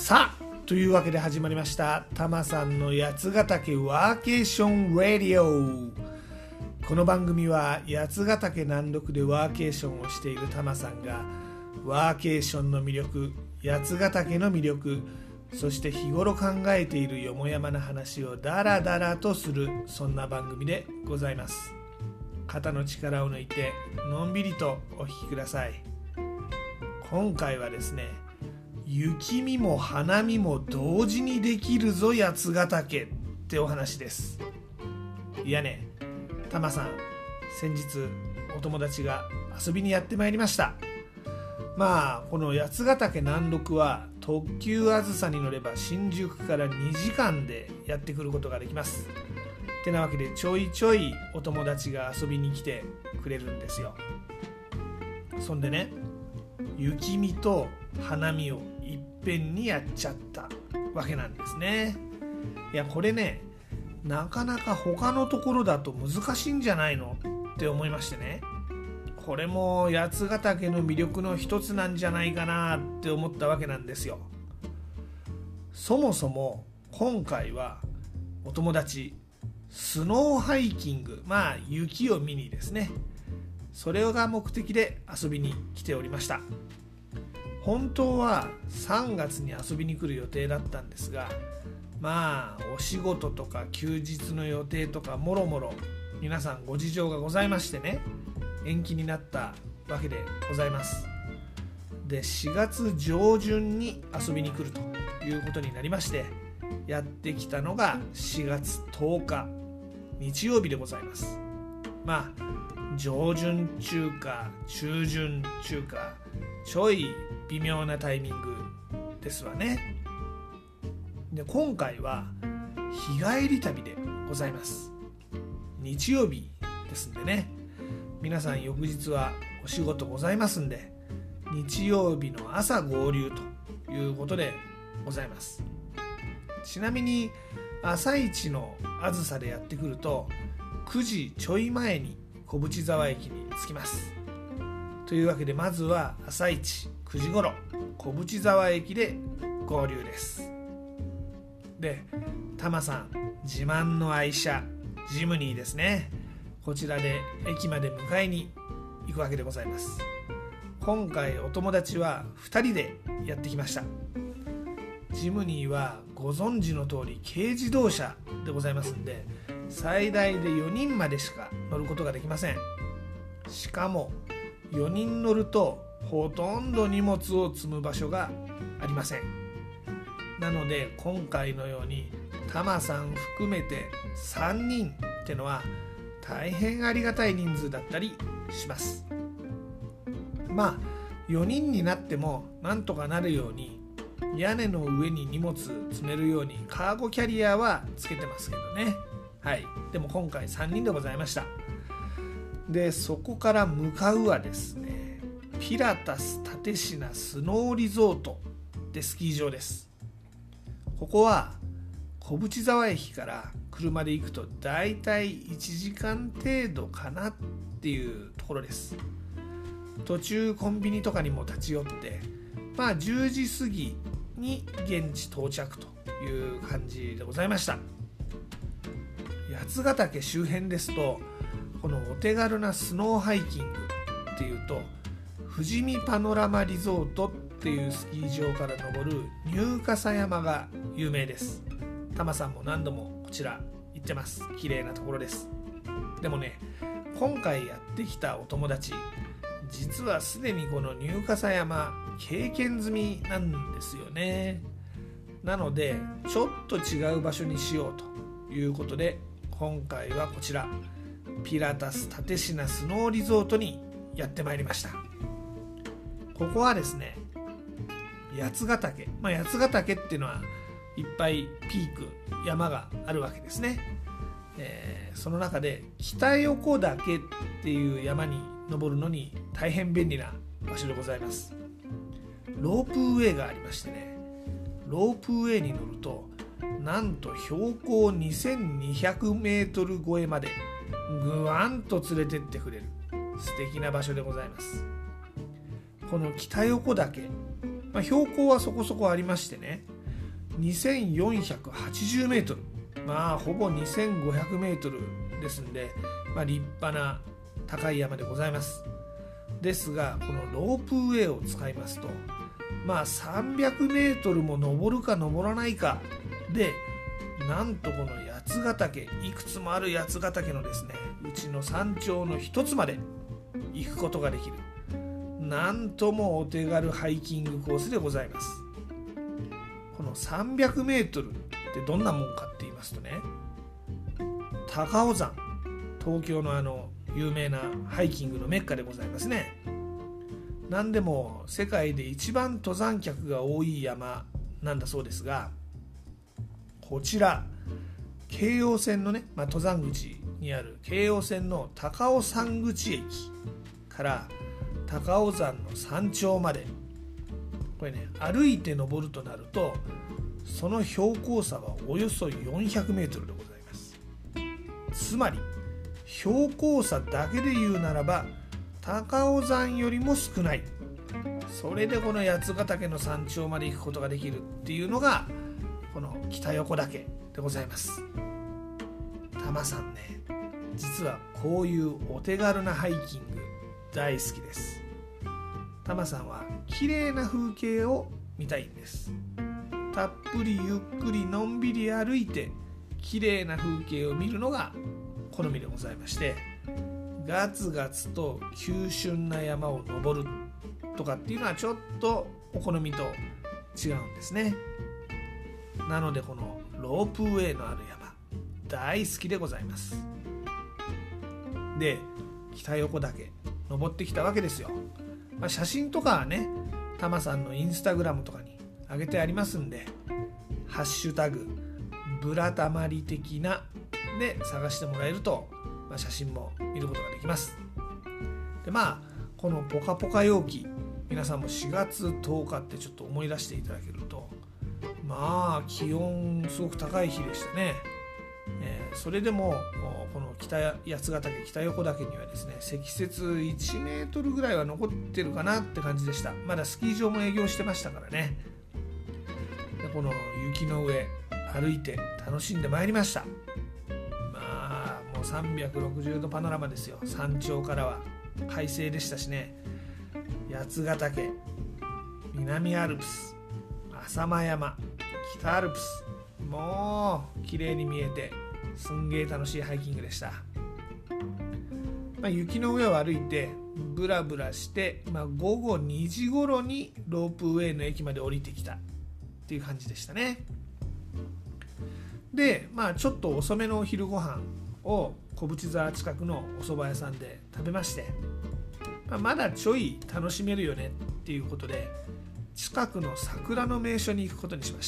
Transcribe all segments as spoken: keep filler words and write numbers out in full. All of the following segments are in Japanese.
さあというわけで始まりましたタマさんの八ヶ岳ワーケーションラディオ。この番組は八ヶ岳南麓でワーケーションをしているタマさんがワーケーションの魅力、八ヶ岳の魅力、そして日頃考えているよもやまな話をダラダラとする、そんな番組でございます。肩の力を抜いてのんびりとお聞きください。今回はですね、雪見も花見も同時にできるぞ八ヶ岳ってお話です。いやね、タマさん、先日お友達が遊びにやってまいりました。まあこの八ヶ岳南麓は特急あずさに乗れば新宿からにじかんでやってくることができます。てなわけでちょいちょいお友達が遊びに来てくれるんですよ。そんでね、雪見と花見をいっぺんにやっちゃったわけなんですね。いやこれね、なかなか他のところだと難しいんじゃないのって思いましてね、これも八ヶ岳の魅力の一つなんじゃないかなって思ったわけなんですよ。そもそも今回はお友達スノーハイキング、まあ雪を見にですね、それが目的で遊びに来ておりました。本当はさんがつに遊びに来る予定だったんですが、まあお仕事とか休日の予定とかもろもろ皆さんご事情がございましてね、延期になったわけでございます。でしがつ上旬に遊びに来るということになりまして、やってきたのがしがつとおか日曜日でございます。まあ上旬中か中旬中かちょい微妙なタイミングですわね。で今回は日帰り旅でございます。日曜日ですんでね、皆さん翌日はお仕事ございますんで、日曜日の朝合流ということでございます。ちなみに朝一のあずさでやってくるとくじちょい前に小淵沢駅に着きます。というわけでまずは朝一くじごろ小淵沢駅で合流です。でタマさん自慢の愛車ジムニーですね、こちらで駅まで迎えに行くわけでございます。今回お友達はふたりでやってきました。ジムニーはご存知の通り軽自動車でございますんで、最大でよにんまでしか乗ることができません。しかもよにん乗るとほとんど荷物を積む場所がありません。なので今回のようにタマさん含めてさんにんってのは大変ありがたい人数だったりします。まあよにんになってもなんとかなるように屋根の上に荷物積めるようにカーゴキャリアはつけてますけどね。はい、でも今回さんにんでございました。でそこから向かうはですね、ピラタス蓼科スノーリゾートってスキー場です。ここは小淵沢駅から車で行くとだいたいいちじかん程度かなっていうところです。途中コンビニとかにも立ち寄って、まあじゅうじ過ぎに現地到着という感じでございました。八ヶ岳周辺ですとこのお手軽なスノーハイキングっていうと富士見パノラマリゾートっていうスキー場から登る入笠山が有名です。タマさんも何度もこちら行ってます。綺麗なところです。でもね、今回やってきたお友達実はすでにこの入笠山経験済みなんですよね。なのでちょっと違う場所にしようということで、今回はこちらピラタス蓼科スノーリゾートにやってまいりました。ここはですね、八ヶ岳、まあ、八ヶ岳っていうのはいっぱいピーク山があるわけですね。えー、その中で北横岳っていう山に登るのに大変便利な場所でございます。ロープウェイがありましてね、ロープウェイに乗るとなんと標高にせんにひゃくメートル超えまでぐわんと連れてってくれる素敵な場所でございます。この北横岳、まあ、標高はそこそこありましてね、 にせんよんひゃくはちじゅうメートル、まあほぼにせんごひゃくメートルですんで、まあ、立派な高い山でございます。ですがこのロープウェイを使いますと、まあさんびゃくメートルも登るか登らないかで、なんとこの八ヶ岳、いくつもある八ヶ岳のですね、うちの山頂の一つまで行くことができる、なんともお手軽ハイキングコースでございます。このさんびゃくメートルってどんなもんかって言いますとね、高尾山、東京のあの有名なハイキングのメッカでございますね。なんでも世界で一番登山客が多い山なんだそうですが、こちら京葉線のね、まあ、登山口にある京葉線の高尾山口駅から高尾山の山頂まで、これね歩いて登るとなるとその標高差はおよそよんひゃくメートルでございます。つまり標高差だけで言うならば高尾山よりも少ない、それでこの八ヶ岳の山頂まで行くことができるっていうのがこの北横岳でございます。タマさんね、実はこういうお手軽なハイキング大好きです。タマさんは綺麗な風景を見たいんです。たっぷりゆっくりのんびり歩いて綺麗な風景を見るのが好みでございまして、ガツガツと急峻な山を登るとかっていうのはちょっとお好みと違うんですね。なのでこのロープウェイのある山大好きでございます。で北横岳登ってきたわけですよ。まあ、写真とかはねタマさんのインスタグラムとかに上げてありますんで、ハッシュタグブラタマリ的なで探してもらえると、まあ、写真も見ることができます。でまあこのポカポカ陽気、皆さんもしがつとおかってちょっと思い出していただけると、まあ気温すごく高い日でしたね。えー、それでもこの北八ヶ岳、北横岳にはですね積雪いちメートルぐらいは残ってるかなって感じでした。まだスキー場も営業してましたからね。でこの雪の上歩いて楽しんでまいりました。まあもうさんびゃくろくじゅうどパノラマですよ。山頂からは快晴でしたしね、八ヶ岳、南アルプス、浅間山、北アルプス、もう綺麗に見えてすんげー楽しいハイキングでした。まあ、雪の上を歩いてブラブラして、まあ、ごごにじ頃にロープウェイの駅まで降りてきたっていう感じでしたね。で、まあ、ちょっと遅めのお昼ご飯を小淵沢近くのお蕎麦屋さんで食べまして、まあ、まだちょい楽しめるよねっていうことで近くの桜の名所に行くことにしました。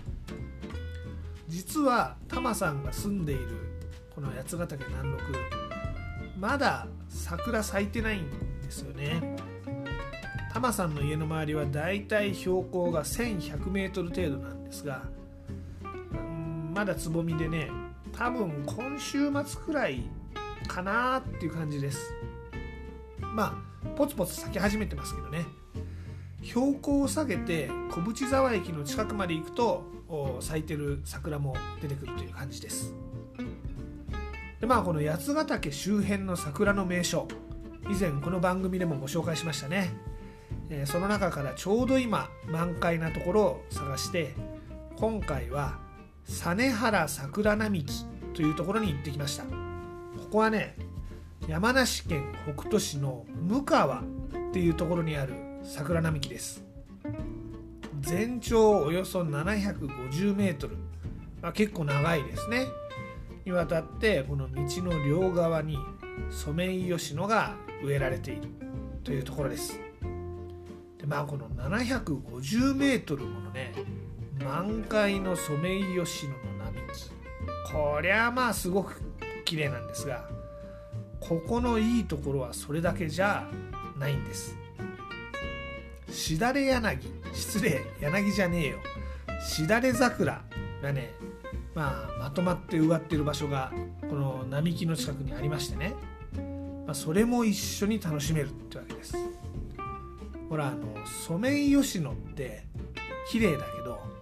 実はタマさんが住んでいるこの八ヶ岳南麓、まだ桜咲いてないんですよね。タマさんの家の周りはだいたい標高がせんひゃくメートル程度なんですが、うーんまだつぼみでね、多分今週末くらいかなっていう感じです。まあポツポツ咲き始めてますけどね。標高を下げて小淵沢駅の近くまで行くと咲いてる桜も出てくるという感じです。でまあこの八ヶ岳周辺の桜の名所、以前この番組でもご紹介しましたね。えー、その中からちょうど今満開なところを探して、今回は実原桜並木というところに行ってきました。ここはね、山梨県北杜市の向川っていうところにある桜並木です。全長およそななひゃくごじゅうメートル、まあ、結構長いですねにわたって、この道の両側にソメイヨシノが植えられているというところです。でまあこのななひゃくごじゅうメートルものね満開のソメイヨシノの並木、こりゃまあすごく綺麗なんですが、ここのいいところはそれだけじゃないんです。しだれ柳、失礼、柳じゃねえよ、しだれ桜がね、まあ、まとまって植わっている場所がこの並木の近くにありましてね、まあ、それも一緒に楽しめるってわけです。ほら、あのソメイヨシノって綺麗だけど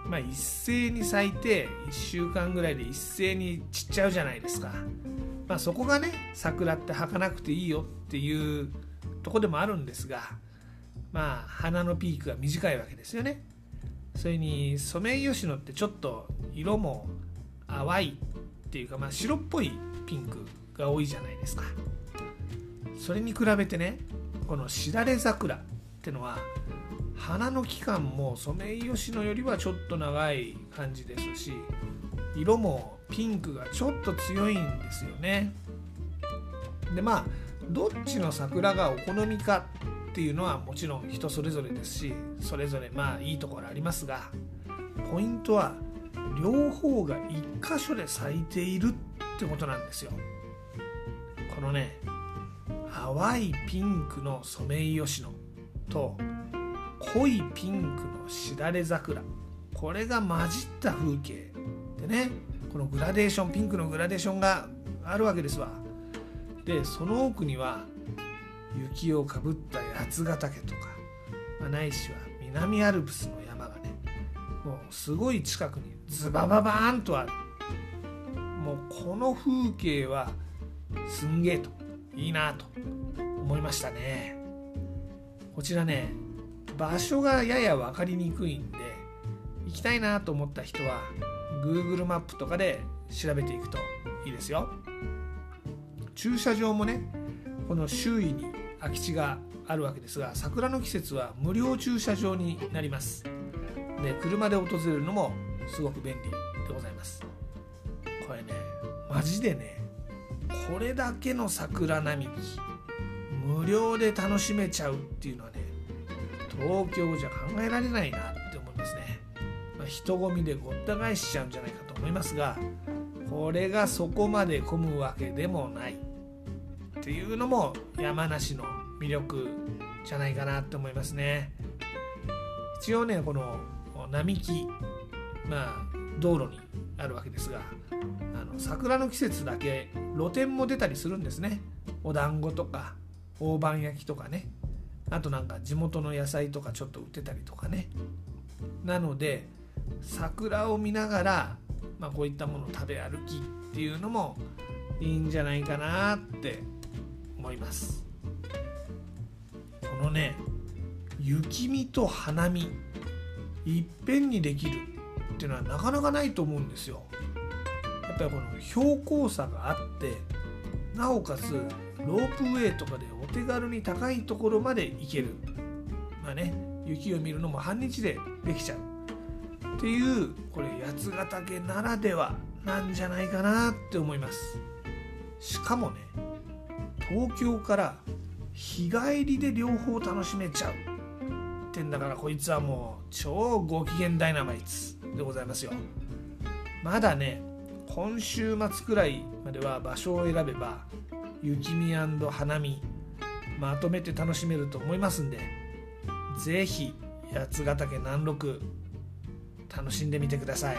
まあ、一斉に咲いていっしゅうかんぐらいで一斉に散っちゃうじゃないですか。まあ、そこがね桜って儚かなくていいよっていうとこでもあるんですが、まあ花のピークが短いわけですよね。それにソメイヨシノってちょっと色も淡いっていうか、まあ、白っぽいピンクが多いじゃないですか。それに比べてねこのしだれ桜ってのは花の期間もソメイヨシノよりはちょっと長い感じですし、色もピンクがちょっと強いんですよね。でまあどっちの桜がお好みかっていうのはもちろん人それぞれですし、それぞれまあいいところありますが、ポイントは両方が一箇所で咲いているってことなんですよ。このね淡いピンクのソメイヨシノと濃いピンクのしだれ桜、これが混じった風景でね、このグラデーション、ピンクのグラデーションがあるわけですわ。でその奥には雪をかぶった八ヶ岳とか、まあ、ないしは南アルプスの山がねもうすごい近くにズバババーンとある。もうこの風景はすんげえといいなと思いましたね。こちらね場所がやや分かりにくいんで、行きたいなと思った人は Google マップとかで調べていくといいですよ。駐車場もねこの周囲に空き地があるわけですが、桜の季節は無料駐車場になります。で車で訪れるのもすごく便利でございます。これねマジでねこれだけの桜並木無料で楽しめちゃうっていうのはね東京じゃ考えられないなって思いますね。まあ、人混みでごった返しちゃうんじゃないかと思いますが、これがそこまで混むわけでもないっていうのも山梨の魅力じゃないかなって思いますね。一応ねこの並木、まあ道路にあるわけですが、あの桜の季節だけ露店も出たりするんですね。お団子とか大判焼きとかね、あとなんか地元の野菜とかちょっと売ってたりとかね。なので桜を見ながら、まあ、こういったものを食べ歩きっていうのもいいんじゃないかなって思います。このね雪見と花見いっぺんにできるっていうのはなかなかないと思うんですよ。やっぱりこの標高差があってなおかつロープウェイとかでお手軽に高いところまで行ける、まあね雪を見るのも半日でできちゃうっていう、これ八ヶ岳ならではなんじゃないかなって思います。しかもね東京から日帰りで両方楽しめちゃうってんだから、こいつはもう超ご機嫌ダイナマイツでございますよ。まだね今週末くらいまでは場所を選べば雪見&花見まとめて楽しめると思いますんで、ぜひ八ヶ岳南麓楽しんでみてください。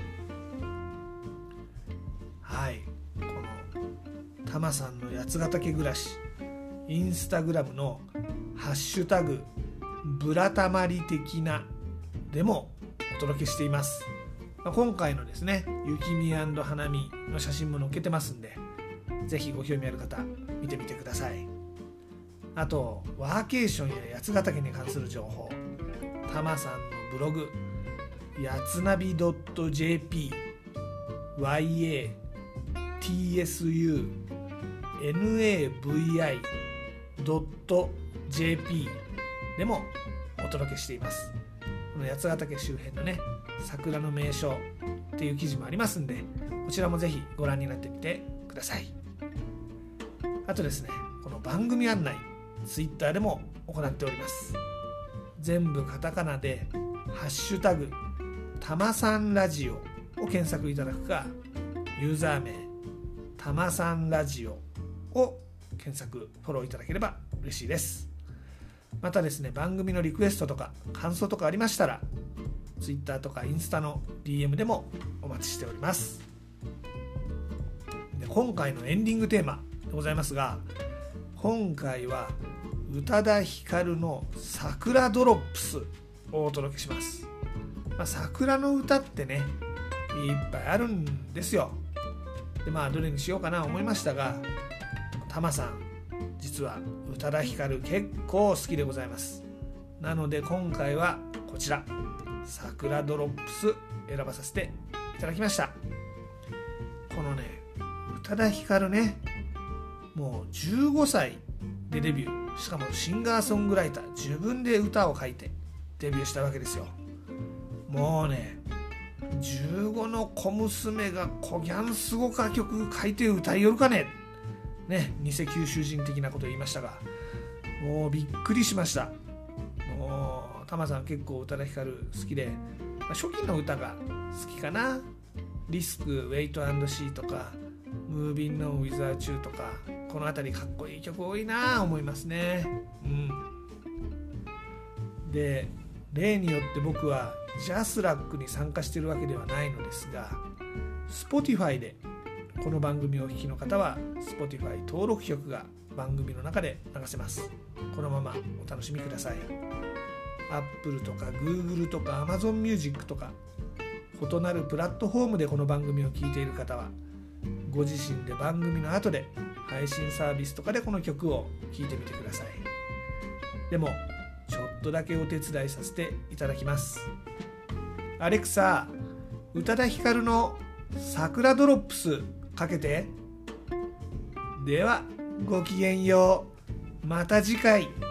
はい、このタマさんの八ヶ岳暮らしインスタグラムのハッシュタグブラタマリ的なでもお届けしています。今回のですね雪見&花見の写真も載っけてますんで、ぜひご興味ある方見てみてください。あとワーケーションや八ヶ岳に関する情報、タマさんのブログやつなび .jp ワイエーティーエスユーエヌエーブイアイ ジェーピー でもお届けしています。この八ヶ岳周辺のね桜の名所っていう記事もありますんで、こちらもぜひご覧になってみてください。あとですねこの番組案内ツイッターでも行っております。全部カタカナでハッシュタグたまさんラジオを検索いただくか、ユーザー名たまさんラジオを検索フォローいただければ嬉しいです。またですね番組のリクエストとか感想とかありましたらツイッターとかインスタの ディーエム でもお待ちしております。で今回のエンディングテーマでございますが、今回は宇多田ヒカルの桜ドロップスをお届けします。 まあ、桜の歌ってねいっぱいあるんですよ。でまあどれにしようかな思いましたが、タマさん実は宇多田ヒカル結構好きでございます。なので今回はこちら桜ドロップス選ばさせていただきました。このね宇多田ヒカルね、もうじゅうごさいでデビュー、しかもシンガーソングライター、自分で歌を書いてデビューしたわけですよ。もうねじゅうごの小娘がこぎゃんすごか曲書いて歌いよるかねね、偽九州人的なこと言いましたが、もうびっくりしました。もうタマさん結構宇多田ヒカル好きで、まあ、初期の歌が好きかな。リスク、ウェイト&シーとかムービンノンウィザーチューとか、この辺りかっこいい曲多いな思いますね。うんで例によって僕はジャスラックに参加しているわけではないのですが、 Spotify でこの番組をお聞きの方は Spotify 登録曲が番組の中で流せます。このままお楽しみください。 Apple とか Google とか Amazon Music とか異なるプラットフォームでこの番組を聞いている方は、ご自身で番組の後で配信サービスとかでこの曲を聴いてみてください。でもちょっとだけお手伝いさせていただきます。アレクサ、宇多田ヒカルの桜ドロップスかけて。ではごきげんよう。また次回。